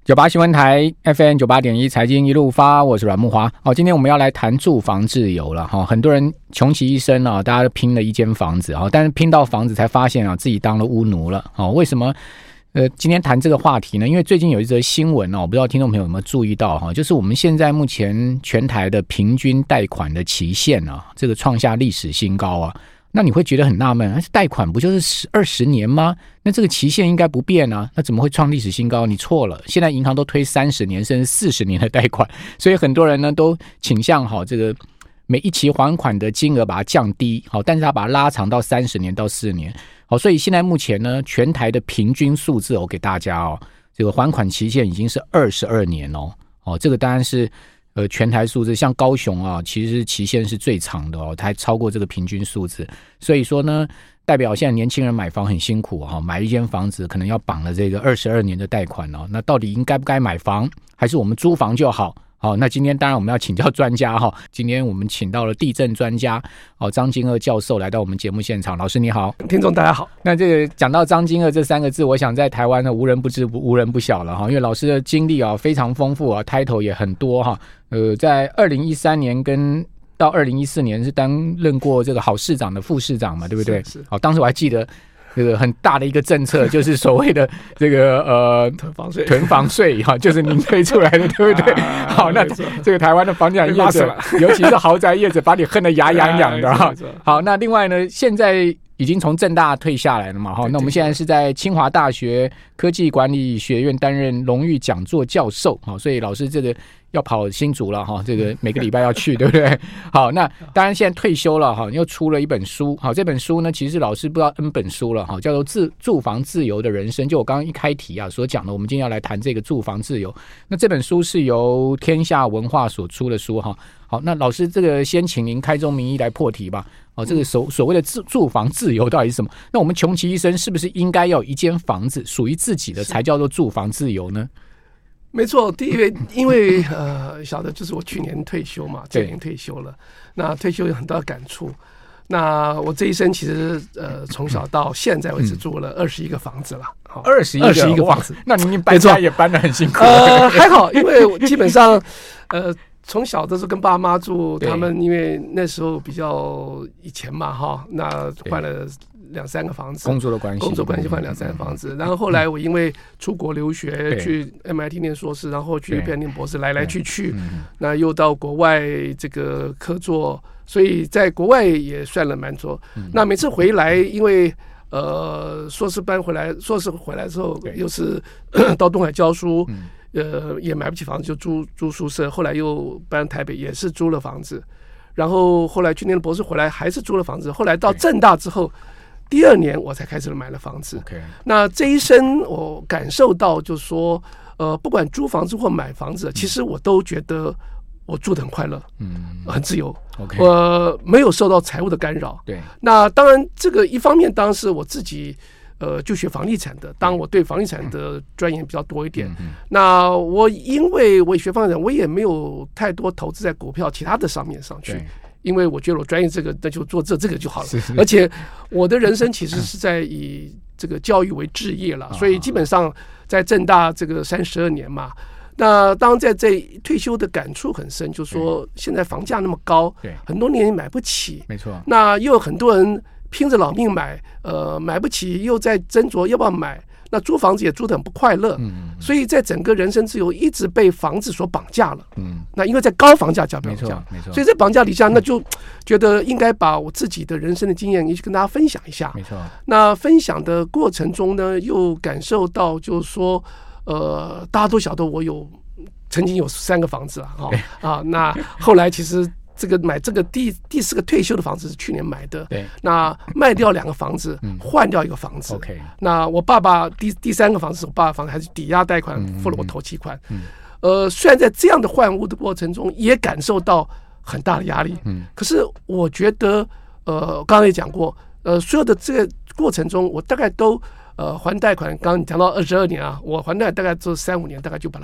98新闻台 FM 98.1财经一路发，我是阮慕骅。今天我们要来谈住房自由了。很多人穷其一生大家都拼了一间房子，但是拼到房子才发现自己当了屋奴了。为什么今天谈这个话题呢？因为最近有一则新闻我不知道听众朋友有没有注意到就是我们现在目前全台的平均贷款的期限这个创下历史新高那你会觉得很纳闷，贷款不就是20年吗？那这个期限应该不变那怎么会创历史新高？你错了，现在银行都推30年甚至40年的贷款，所以很多人呢都倾向这个每一期还款的金额把它降低，但是它把它拉长到30年到4年。所以现在目前呢，全台的平均数字我给大家这个还款期限已经是22年这个当然是全台数字，像高雄其实期限是最长的它还超过这个平均数字。所以说呢，代表现在年轻人买房很辛苦买一间房子可能要绑了这个22年的贷款那到底应该不该买房，还是我们租房就好？那今天当然我们要请教专家今天我们请到了地政专家张金锷教授来到我们节目现场。老师你好。 听众大家好。 那这个讲到张金锷这3个字，我想在台湾呢无人不知无人不晓了因为老师的经历非常丰富title 也很多在2013年跟到2014年是担任过这个好市长的副市长嘛，对不对？ 是。 当时我还记得这个很大的一个政策就是所谓的这个囤房税就是您推出来的，对不对？好，那这个台湾的房地产业者，尤其是豪宅业者，把你恨得牙痒痒的好，那另外呢，现在已经从政大退下来了嘛那我们现在是在清华大学科技管理学院担任荣誉讲座教授所以老师这个要跑新竹了这个每个礼拜要去对不对？好，那当然现在退休了又出了一本书这本书呢其实老师不知道 N 本书了叫做住房自由的人生，就我刚刚一开题所讲的，我们今天要来谈这个住房自由。那这本书是由天下文化所出的书好，那老师这个先请您开宗明义来破题吧这个所谓的住房自由到底是什么？那我们穷其一生是不是应该要有一间房子属于自己的才叫做住房自由呢？ 没错，第一位因为晓得就是我去年退休嘛，今年退休了，那退休有很大的感触。那我这一生其实从小到现在为止住了21个房子了，21个房子， 那您搬家也搬得很辛苦。 还好，因为我基本上从小都是跟爸妈住，他们因为那时候比较以前嘛那换了2-3个房子，工作关系换2-3个房子。然后后来我因为出国留学，去 MIT 念硕士，然后去念博士，来去，那又到国外这个客座，所以在国外也算了蛮多。那每次回来，因为硕士回来之后，又是到东海教书，也买不起房子，就住宿舍。后来又搬台北，也是租了房子。然后后来去念博士回来，还是租了房子。后来到政大之后，第2年我才开始买了房子。那这一生我感受到就是说不管租房子或买房子，其实我都觉得我住得很快乐，很自由，我没有受到财务的干扰。 对， 那当然这个一方面当然是我自己就学房地产的，当然我对房地产的钻研比较多一点。那我因为我也学房地产，我也没有太多投资在股票其他的上去，因为我觉得我专业这个，那就做这个就好了。而且我的人生其实是在以这个教育为志业了，所以基本上在政大这个32年嘛。那当然在这退休的感触很深，就是说现在房价那么高，很多年也买不起， 没错。 那又有很多人拼着老命买，买不起又在斟酌要不要买。那租房子也租得很不快乐，所以在整个人生自由一直被房子所绑架了。那因为在高房价下绑架，所以在绑架底下，那就觉得应该把我自己的人生的经验也去跟大家分享一下。 没错。那分享的过程中呢，又感受到就是说，大家都晓得我曾经有3个房子那后来其实买这个第4个退休的房子是去年买的， 对。 那卖掉2个房子，换掉1个房子。那我爸爸第3个房子，我爸爸房子还是抵押贷款付了我头期款。虽然在这样的换屋的过程中，也感受到很大的压力。可是我觉得，刚刚也讲过，所有的这个过程中，我大概都还贷款。刚刚你讲到22年我还贷大概就3-5年，大概就把它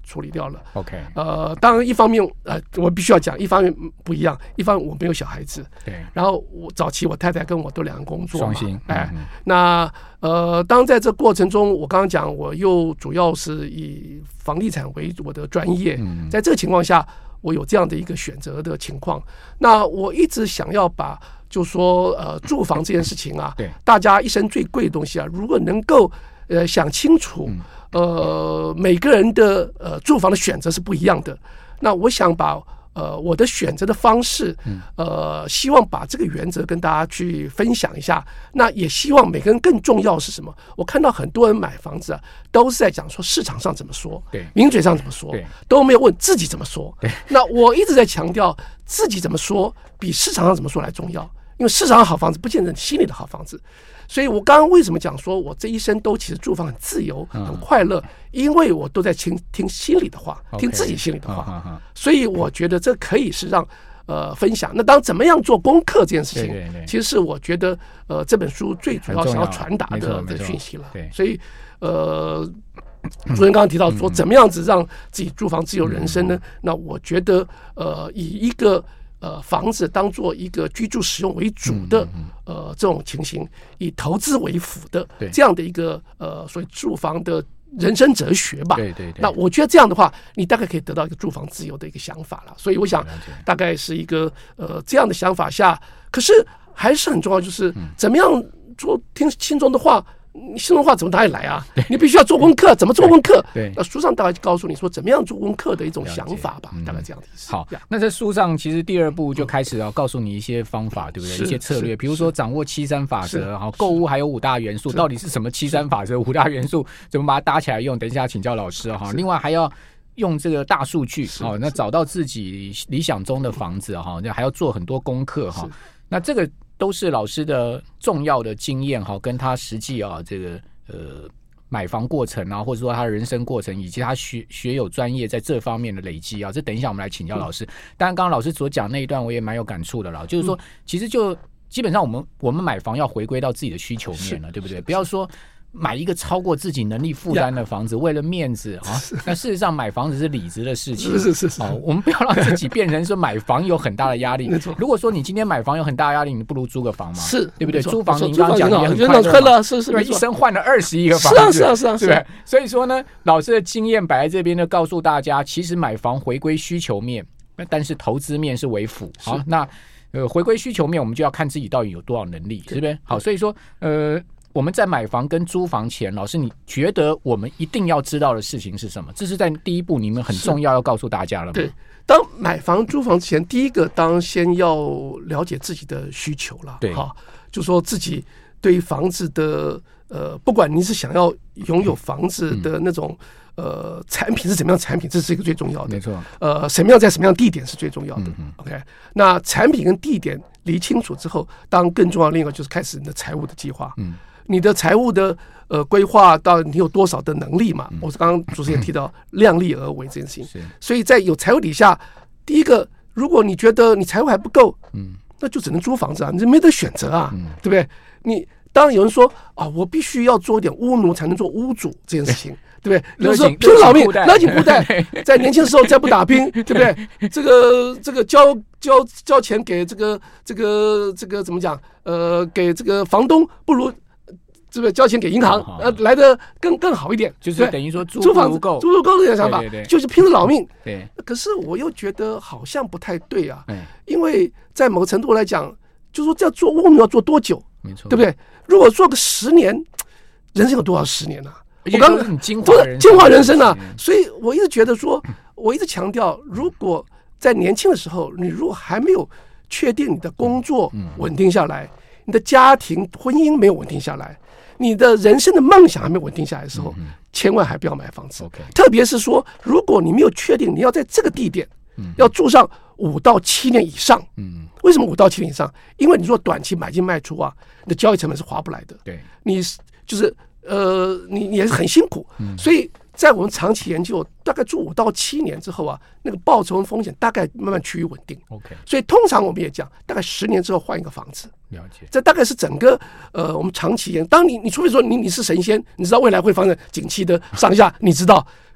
处理掉了。 OK， 当然一方面我必须要讲，一方面不一样，一方面我没有小孩子， 对， 然后我早期我太太跟我都两个工作嘛， 双薪， 那当在这过程中，我刚刚讲我又主要是以房地产为我的专业，在这个情况下，我有这样的一个选择的情况，那我一直想要把就说住房这件事情啊，大家一生最贵的东西啊，如果能够想清楚，每个人的住房的选择是不一样的。那我想把我的选择的方式，希望把这个原则跟大家去分享一下。那也希望每个人更重要是什么？我看到很多人买房子啊，都是在讲说市场上怎么说，名嘴上怎么说，都没有问自己怎么说。那我一直在强调，自己怎么说比市场上怎么说来重要。因为市场上好房子不见得你心里的好房子，所以我刚刚为什么讲说我这一生都其实住房很自由很快乐，因为我都在听心里的话，听自己心里的话，所以我觉得这可以是让分享。那当怎么样做功课这件事情，其实是我觉得这本书最主要想要传达的讯息了。所以主任刚刚提到说怎么样子让自己住房自由人生呢？那我觉得以一个房子当做一个居住使用为主的这种情形，以投资为辅的这样的一个所谓住房的人生哲学吧。那我觉得这样的话，你大概可以得到一个住房自由的一个想法了。所以我想大概是一个这样的想法下，可是还是很重要，就是怎么样做听心中的话。你心中话怎么哪里来啊？你必须要做功课，怎么做功课？那书上大概就告诉你说怎么样做功课的一种想法吧，大概这样的意思。 好，那在书上其实第二步就开始要告诉你一些方法，对不对？一些策略，比如说掌握73法则，好，购物还有5大元素，到底是什么73法则、5大元素，怎么把它搭起来用？等一下请教老师哈。另外还要用这个大数据，好，那找到自己理想中的房子哈，那还要做很多功课哈。那这个都是老师的重要的经验哈，跟他实际这个买房过程啊，或者说他的人生过程，以及他学有专业在这方面的累积啊，这等一下我们来请教老师。当然，刚刚老师所讲那一段我也蛮有感触的啦，就是说，其实就基本上我们买房要回归到自己的需求面了，对不对？不要说买一个超过自己能力负担的房子，为了面子啊，那事实上买房子是理智的事情。 是我们不要让自己变成说买房有很大的压力。如果说你今天买房有很大的压力，你不如租个房嘛， 是对不对？租房您刚刚讲也很快乐， 是， 对，一生换了21个房子， 是啊， 对不对？所以说呢，老师的经验摆在这边呢，告诉大家，其实买房回归需求面，但是投资面是为辅。好，那回归需求面，我们就要看自己到底有多少能力，是不是？好，所以说我们在买房跟租房前，老师你觉得我们一定要知道的事情是什么？这是在第一步你们很重要要告诉大家了吗？ 对，当买房租房之前，第一个当然先要了解自己的需求了。 对， 就说自己对于房子的不管你是想要拥有房子的那种产品是怎么样的产品，这是一个最重要的。 没错。 什么样在什么样的地点是最重要的。OK， 那产品跟地点理清楚之后，当然更重要的另一个就是开始你的财务的计划。你的财务的规划到你有多少的能力嘛？我刚刚主持人提到量力而为这件事情。所以在有财务底下，第一个，如果你觉得你财务还不够，那就只能租房子啊，你没得选择啊，对不对？你当然有人说啊，我必须要做一点屋奴才能做屋主这件事情。对不对？有时候拼老命，勒紧裤带，在年轻的时候再不打拼，对不对？这个交钱给这个怎么讲？给这个房东不如这个交钱给银行，来的更好一点。 就是等于说租房子租不够的想法，就是拼了老命。 对。 可是我又觉得好像不太对啊，因为在某个程度来讲，就是说这要做屋奴要做多久？ 没错， 对不对？如果做个10年，人生有多少10年啊？ 我刚刚精华人生啊，所以我一直觉得说，我一直强调，如果在年轻的时候，你如果还没有确定你的工作稳定下来，你的家庭婚姻没有稳定下来，你的人生的梦想还没有稳定下来的时候，千万还不要买房子。特别是说，如果你没有确定你要在这个地点要住上5到7年以上，为什么5到7年以上？因为你说短期买进卖出啊，你的交易成本是划不来的。 对， 你就是你也是很辛苦，所以在我们长期研究，大概住5到7年之后啊，那个报酬跟风险大概慢慢趋于稳定。 OK， 所以通常我们也讲，大概10年之后换一个房子。 了解， 这大概是整个我们长期研。当你除非说你是神仙，你知道未来会发生景气的上下，你知道。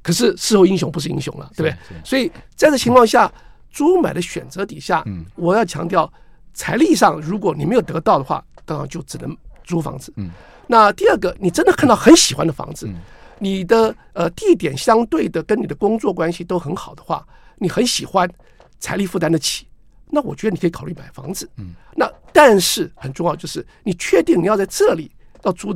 可是事后英雄不是英雄了，对不对？所以在这情况下，租屋买的选择底下，我要强调财力上，如果你没有得到的话，当然就只能租房子。那第二个，你真的看到很喜欢的房子，你的地点相对的跟你的工作关系都很好的话，你很喜欢，财力负担得起，那我觉得你可以考虑买房子。那但是很重要就是你确定你要在这里要住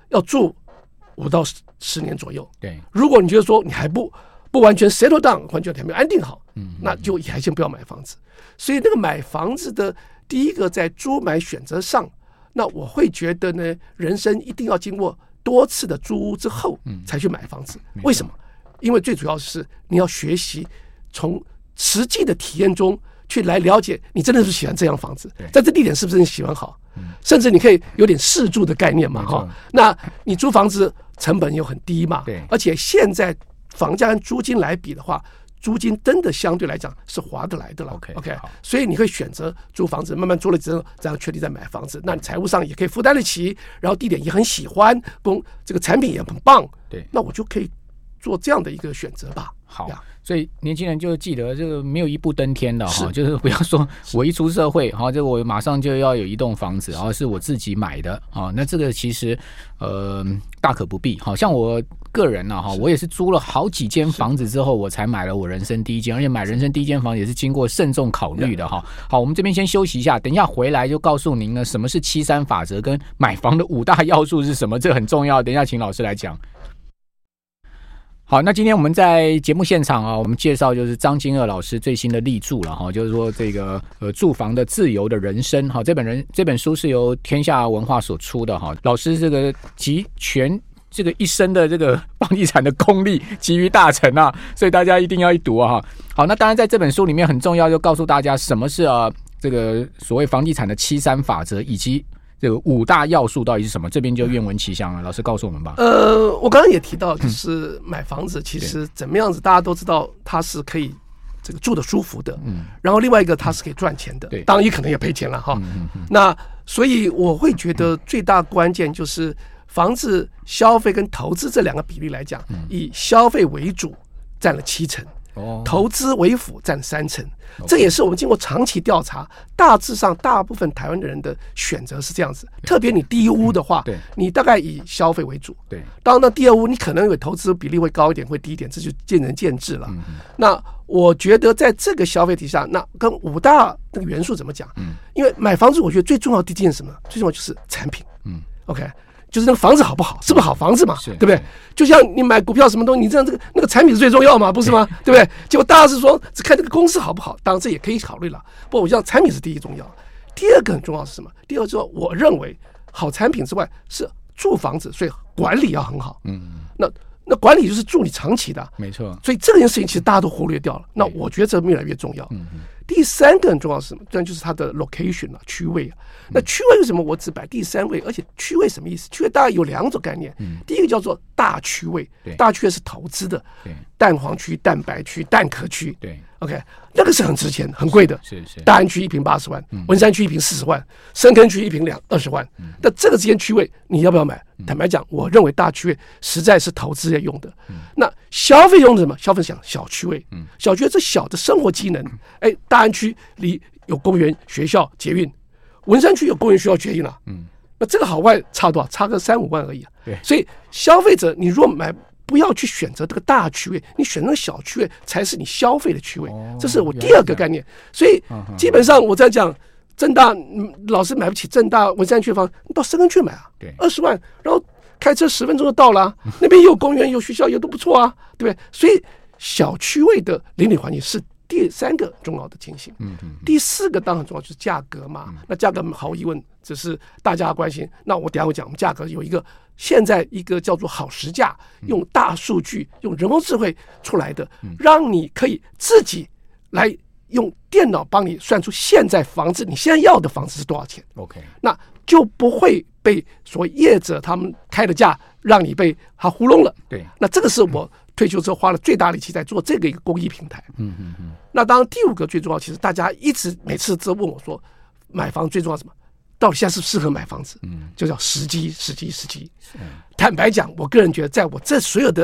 5到10年左右。 对， 如果你觉得说你还不完全 settle down， 完全还没有安定好，那就还先不要买房子。所以那个买房子的第一个在租买选择上，那我会觉得呢，人生一定要经过多次的租屋之后才去买房子。为什么？因为最主要是你要学习从实际的体验中去来了解你真的是喜欢这样房子，在这地点是不是你喜欢好，甚至你可以有点试住的概念嘛，哈。那你租房子成本又很低嘛，而且现在房价跟租金来比的话，租金真的相对来讲是划得来的了。OK， 所以你会选择租房子，慢慢租了之后，这样确定再买房子。那你财务上也可以负担得起，然后地点也很喜欢，这个产品也很棒。对，那我就可以做这样的一个选择吧。 好，所以年轻人就记得这个没有一步登天的哈，就是不要说我一出社会哈，这我马上就要有一栋房子，然后是我自己买的啊，那这个其实大可不必。好像我个人呢哈，我也是租了好几间房子之后，我才买了我人生第一间，而且买人生第一间房也是经过慎重考虑的哈。好，我们这边先休息一下，等一下回来就告诉您呢什么是73法则跟买房的5大要素是什么，这很重要。等一下请老师来讲。好，那今天我们在节目现场啊，我们介绍就是张金锷老师最新的力著了哈，就是说这个住房的自由的人生哈，这本书是由天下文化所出的哈，老师这个集全这个一生的这个房地产的功力集于大成啊，所以大家一定要一读啊哈。好，那当然在这本书里面很重要，就告诉大家什么是这个所谓房地产的73法则以及这个5大要素到底是什么？这边就愿闻其详了，老师告诉我们吧。 我刚刚也提到，就是买房子其实怎么样子，大家都知道它是可以这个住得舒服的，然后另外一个它是可以赚钱的，当然也可能也赔钱了哈。那所以我会觉得最大关键就是房子消费跟投资这2个比例来讲，以消费为主占了70%。投资为辅占30%，这也是我们经过长期调查，大致上大部分台湾的人的选择是这样子。特别你第一屋的话，你大概以消费为主。当然那第二屋你可能有投资比例会高一点，会低一点，这就见仁见智了。那我觉得在这个消费底下，那跟5大那个元素怎么讲？因为买房子，我觉得最重要的第一件是什么？最重要就是产品。OK。就是那个房子好不好，是不是好房子嘛，对不对？就像你买股票什么东西，你这样那个产品是最重要嘛，不是吗？对不对？结果大家是说只看这个公司好不好，当然这也可以考虑了。不过我想产品是第一重要，第二个很重要是什么？第二重要，我认为好产品之外是住房子，所以管理要很好。那管理就是住你长期的， 没错。 所以这件事情其实大家都忽略掉了。那我觉得这越来越重要。第3个很重要是什么？当然就是它的 location 区位。那区位为什么我只摆第3位？而且区位什么意思？区位大概有2种概念。第一个叫做大区位，大区位是投资的，蛋黄区、蛋白区、蛋壳区。OK， 那个是很值钱、很贵的。大安区1坪80万，文山区1坪40万，深坑区1坪20万。那这个之间区位你要不要买？坦白讲，我认为大区位实在是投资要用的。那消费用的什么？消费想小区位，小区位这小的生活机能。大安区离有公园、学校、捷运，文山区有公园、学校、捷运了。那这个好坏差多少？差个3-5万而已。所以消费者，你如果买，不要去选择这个大区位，你选那个小区位才是你消费的区位。这是我第2个概念。所以基本上我在讲政大，老师买不起政大文山区的房，你到深坑区买啊，20万，然后开车10分钟就到了，那边有公园、有学校，也都不错啊，对不对？所以小区位的邻里环境是第3个重要的情形。第4个当然很重要，就是价格嘛。那价格毫无疑问只是大家的关心。那我等一下会讲，我们价格有一个现在一个叫做好时价，用大数据、用人工智慧出来的，让你可以自己来用电脑帮你算出现在房子你现在要的房子是多少钱。那就不会被所谓业者他们开的价让你被他糊弄了。那这个是我退休之后花了最大力气在做这个一个公益平台。那当然第5个最重要，其实大家一直每次都问我说，买房最重要什么？到底现在是不是适合买房子？就叫时机。坦白讲，我个人觉得，在我这所有的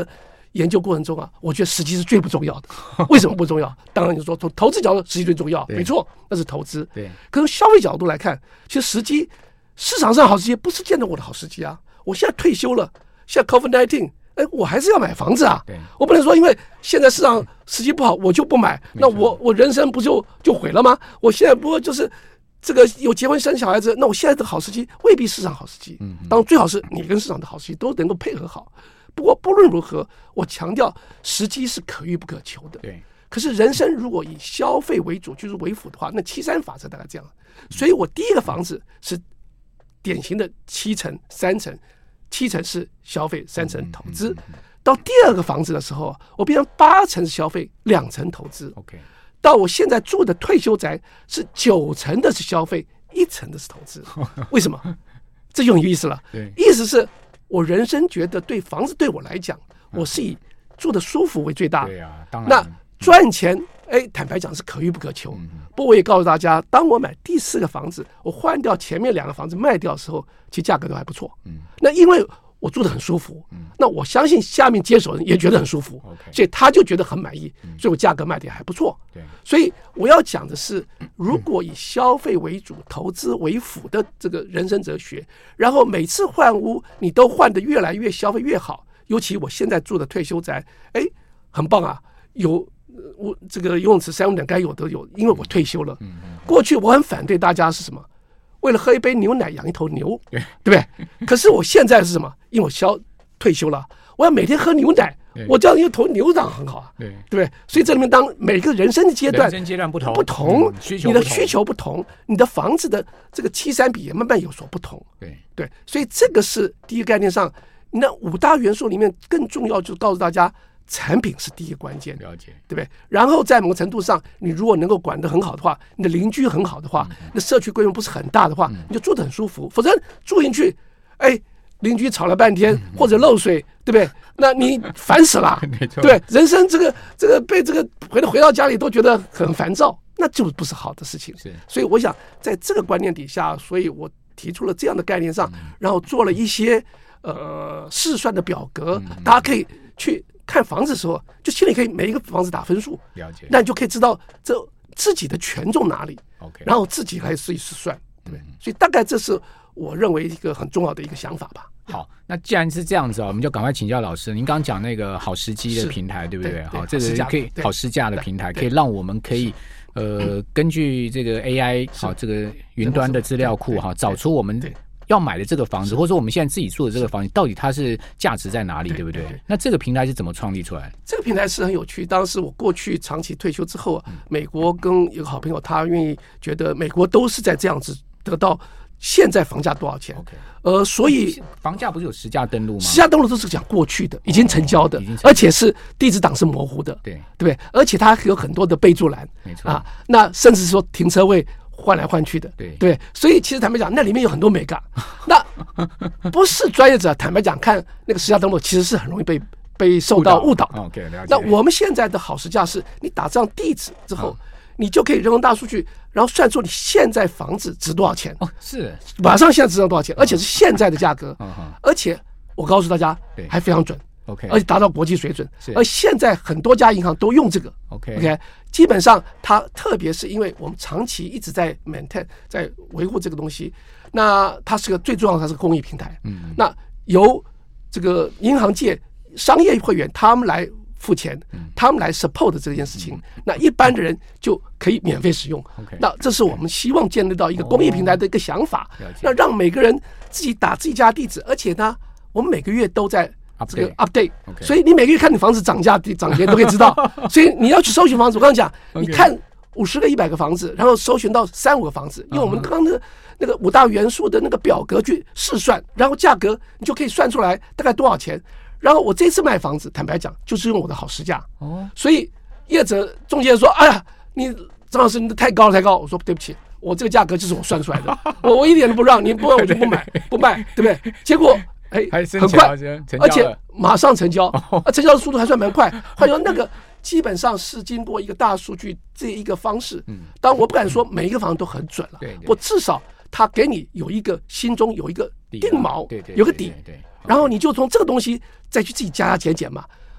研究过程中啊，我觉得时机是最不重要的。为什么不重要？当然你说从投资角度，时机最重要，没错，那是投资。 对， 可从消费角度来看，其实时机市场上好时机不是见到我的好时机啊。我现在退休了，现在 COVID-19， 我还是要买房子啊。我不能说因为现在市场时机不好，我就不买，那我人生不就毁了吗？我现在不过就是这个有结婚生小孩子，那我现在的好时机未必市场好时机。当然最好是你跟市场的好时机都能够配合好。不过不论如何，我强调时机是可遇不可求的。 对。 可是人生如果以消费为主，就是为辅的话，那7-3法则大概这样。所以我第一个房子是典型的7成3成，7成是消费，3成投资。到第二个房子的时候，我变成8成是消费，2成投资。到我现在住的退休宅是9成的是消费，1成的是投资。为什么？这就有意思了。意思是我人生觉得对房子对我来讲，我是以住的舒服为最大。 对啊，当然。 那赚钱，坦白讲是可遇不可求。不过我也告诉大家，当我买第4个房子，我换掉前面2个房子卖掉的时候，其实价格都还不错。那因为我住得很舒服，那我相信下面接手人也觉得很舒服，所以他就觉得很满意，所以我价格卖的也还不错。所以我要讲的是，如果以消费为主、投资为辅的这个人生哲学，然后每次换屋你都换得越来越消费越好。尤其我现在住的退休宅，很棒啊，有我这个游泳池、3-5点该有都有，因为我退休了。过去我很反对大家是什么？为了喝一杯牛奶养一头牛，对不对？可是我现在是什么？因为我退休了，我要每天喝牛奶，我这样一头牛长很好啊，对不对？所以这里面当每个人生的阶段不同，你的需求不同，你的房子的这个7-3比也慢慢有所不同。对，所以这个是第一个概念上，那5大元素里面更重要，就是告诉大家。产品是第一个关键， 了解， 对不对？然后在某个程度上，你如果能够管得很好的话，你的邻居很好的话，那社区规模不是很大的话，你就住得很舒服。否则住进去，邻居吵了半天或者漏水，对不对？那你烦死了，对，人生这个被这个回到家里都觉得很烦躁，那就不是好的事情。所以我想在这个观念底下，所以我提出了这样的概念上，然后做了一些试算的表格，大家可以去。看房子的时候，就心里可以每一个房子打分数， 了解， 那你就可以知道这自己的权重哪里，然后自己来试一试算，对不对？所以大概这是我认为一个很重要的一个想法吧。 好，那既然是这样子我们就赶快请教老师。您刚刚讲那个好时机的平台，对不对？好，这个可以好时价的平台，可以让我们可以根据这个 AI 好这个云端的资料库找出我们。要买的这个房子，或者说我们现在自己住的这个房子，到底它是价值在哪里，对不对？那这个平台是怎么创立出来？ 这个平台是很有趣。当时我过去长期退休之后，美国跟一个好朋友，他愿意觉得美国都是在这样子得到现在房价多少钱。所以房价不是有实价登录吗？ 实价登录都是讲过去的，已经成交的，而且是地址档是模糊的，对不对？而且它有很多的备注栏， 没错那甚至说停车位。换来换去的，对，所以其实坦白讲，那里面有很多美感。那不是专业者，坦白讲，看那个实价登录，其实是很容易被受到误导的。那我们现在的好实价是，你打上地址之后，你就可以人工大数据，然后算出你现在房子值多少钱。 是， 马上现在值多少钱，而且是现在的价格，而且我告诉大家，还非常准。而且达到国际水准，而现在很多家银行都用这个。OK， 基本上它特别是因为我们长期一直在 maintain 在维护这个东西，那它是个最重要的，它是个公益平台。那由这个银行界商业会员他们来付钱，他们来 support 这件事情，那一般的人就可以免费使用。那这是我们希望建立到一个公益平台的一个想法，那让每个人自己打自己家地址，而且呢，我们每个月都在。这个 update， 所以你每个月看你房子涨价涨跌都可以知道。所以你要去搜寻房子，我刚刚讲，你看50个100个房子，然后搜寻到3-5个房子，用我们刚刚的那个5大元素的那个表格去试算，然后价格你就可以算出来大概多少钱。然后我这次卖房子，坦白讲，就是用我的好时价。所以业者中介说：“哎呀，你张老师你太高了，太高。”我说：“对不起，我这个价格就是我算出来的，我一点都不让你，不卖我就不买，不卖，对不对？”结果。很快，而且马上成交，成交的速度还算蛮快。换句话说，那个基本上是经过一个大数据这一个方式。当然我不敢说每一个房子都很准了，我至少它给你有一个心中有一个定锚，有个底，然后你就从这个东西再去自己加减嘛。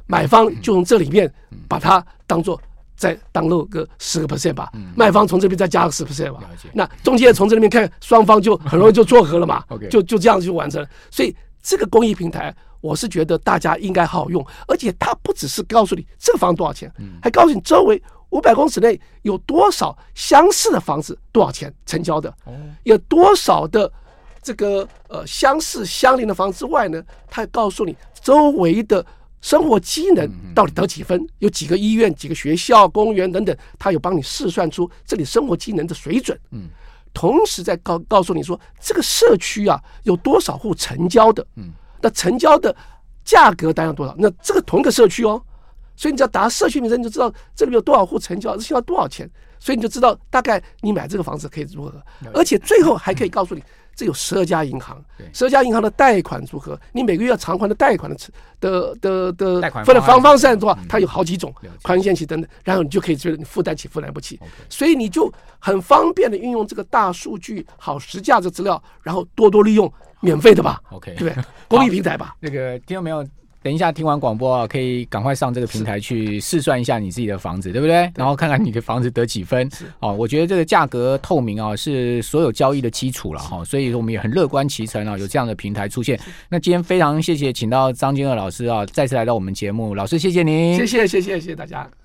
买方就从这里面把它当做再当漏个10% 吧，卖方从这边再加个10% 吧，那中介从这里面看，双方就很容易就撮合了嘛，就这样就完成了。所以这个公益平台，我是觉得大家应该好好用，而且它不只是告诉你这个房子多少钱，还告诉你周围500公尺内有多少相似的房子多少钱成交的，有多少的这个相似相邻的房子之外呢，它还告诉你周围的生活机能到底得几分，有几个医院、几个学校、公园等等，它有帮你试算出这里生活机能的水准。同时在告诉你说，这个社区啊有多少户成交的，那成交的价格大概多少？那这个同一个社区哦，所以你只要打社区名称，你就知道这里面有多少户成交，需要多少钱，所以你就知道大概你买这个房子可以如何，而且最后还可以告诉你。这有12家银行，12家银行的贷款如何？你每个月要偿还的贷款的分的方式的话，它有好几种宽限期等等，然后你就可以觉得你负担起负担不起，所以你就很方便的运用这个大数据、好实价的资料，然后多利用免费的吧，对不对？公益平台吧。 那个听到没有？等一下听完广播啊，可以赶快上这个平台去试算一下你自己的房子，对不对？然后看看你的房子得几分。我觉得这个价格透明啊，是所有交易的基础了哈，所以我们也很乐观其成啊，有这样的平台出现。那今天非常谢谢请到张金锷老师啊，再次来到我们节目，老师谢谢您， 谢谢大家。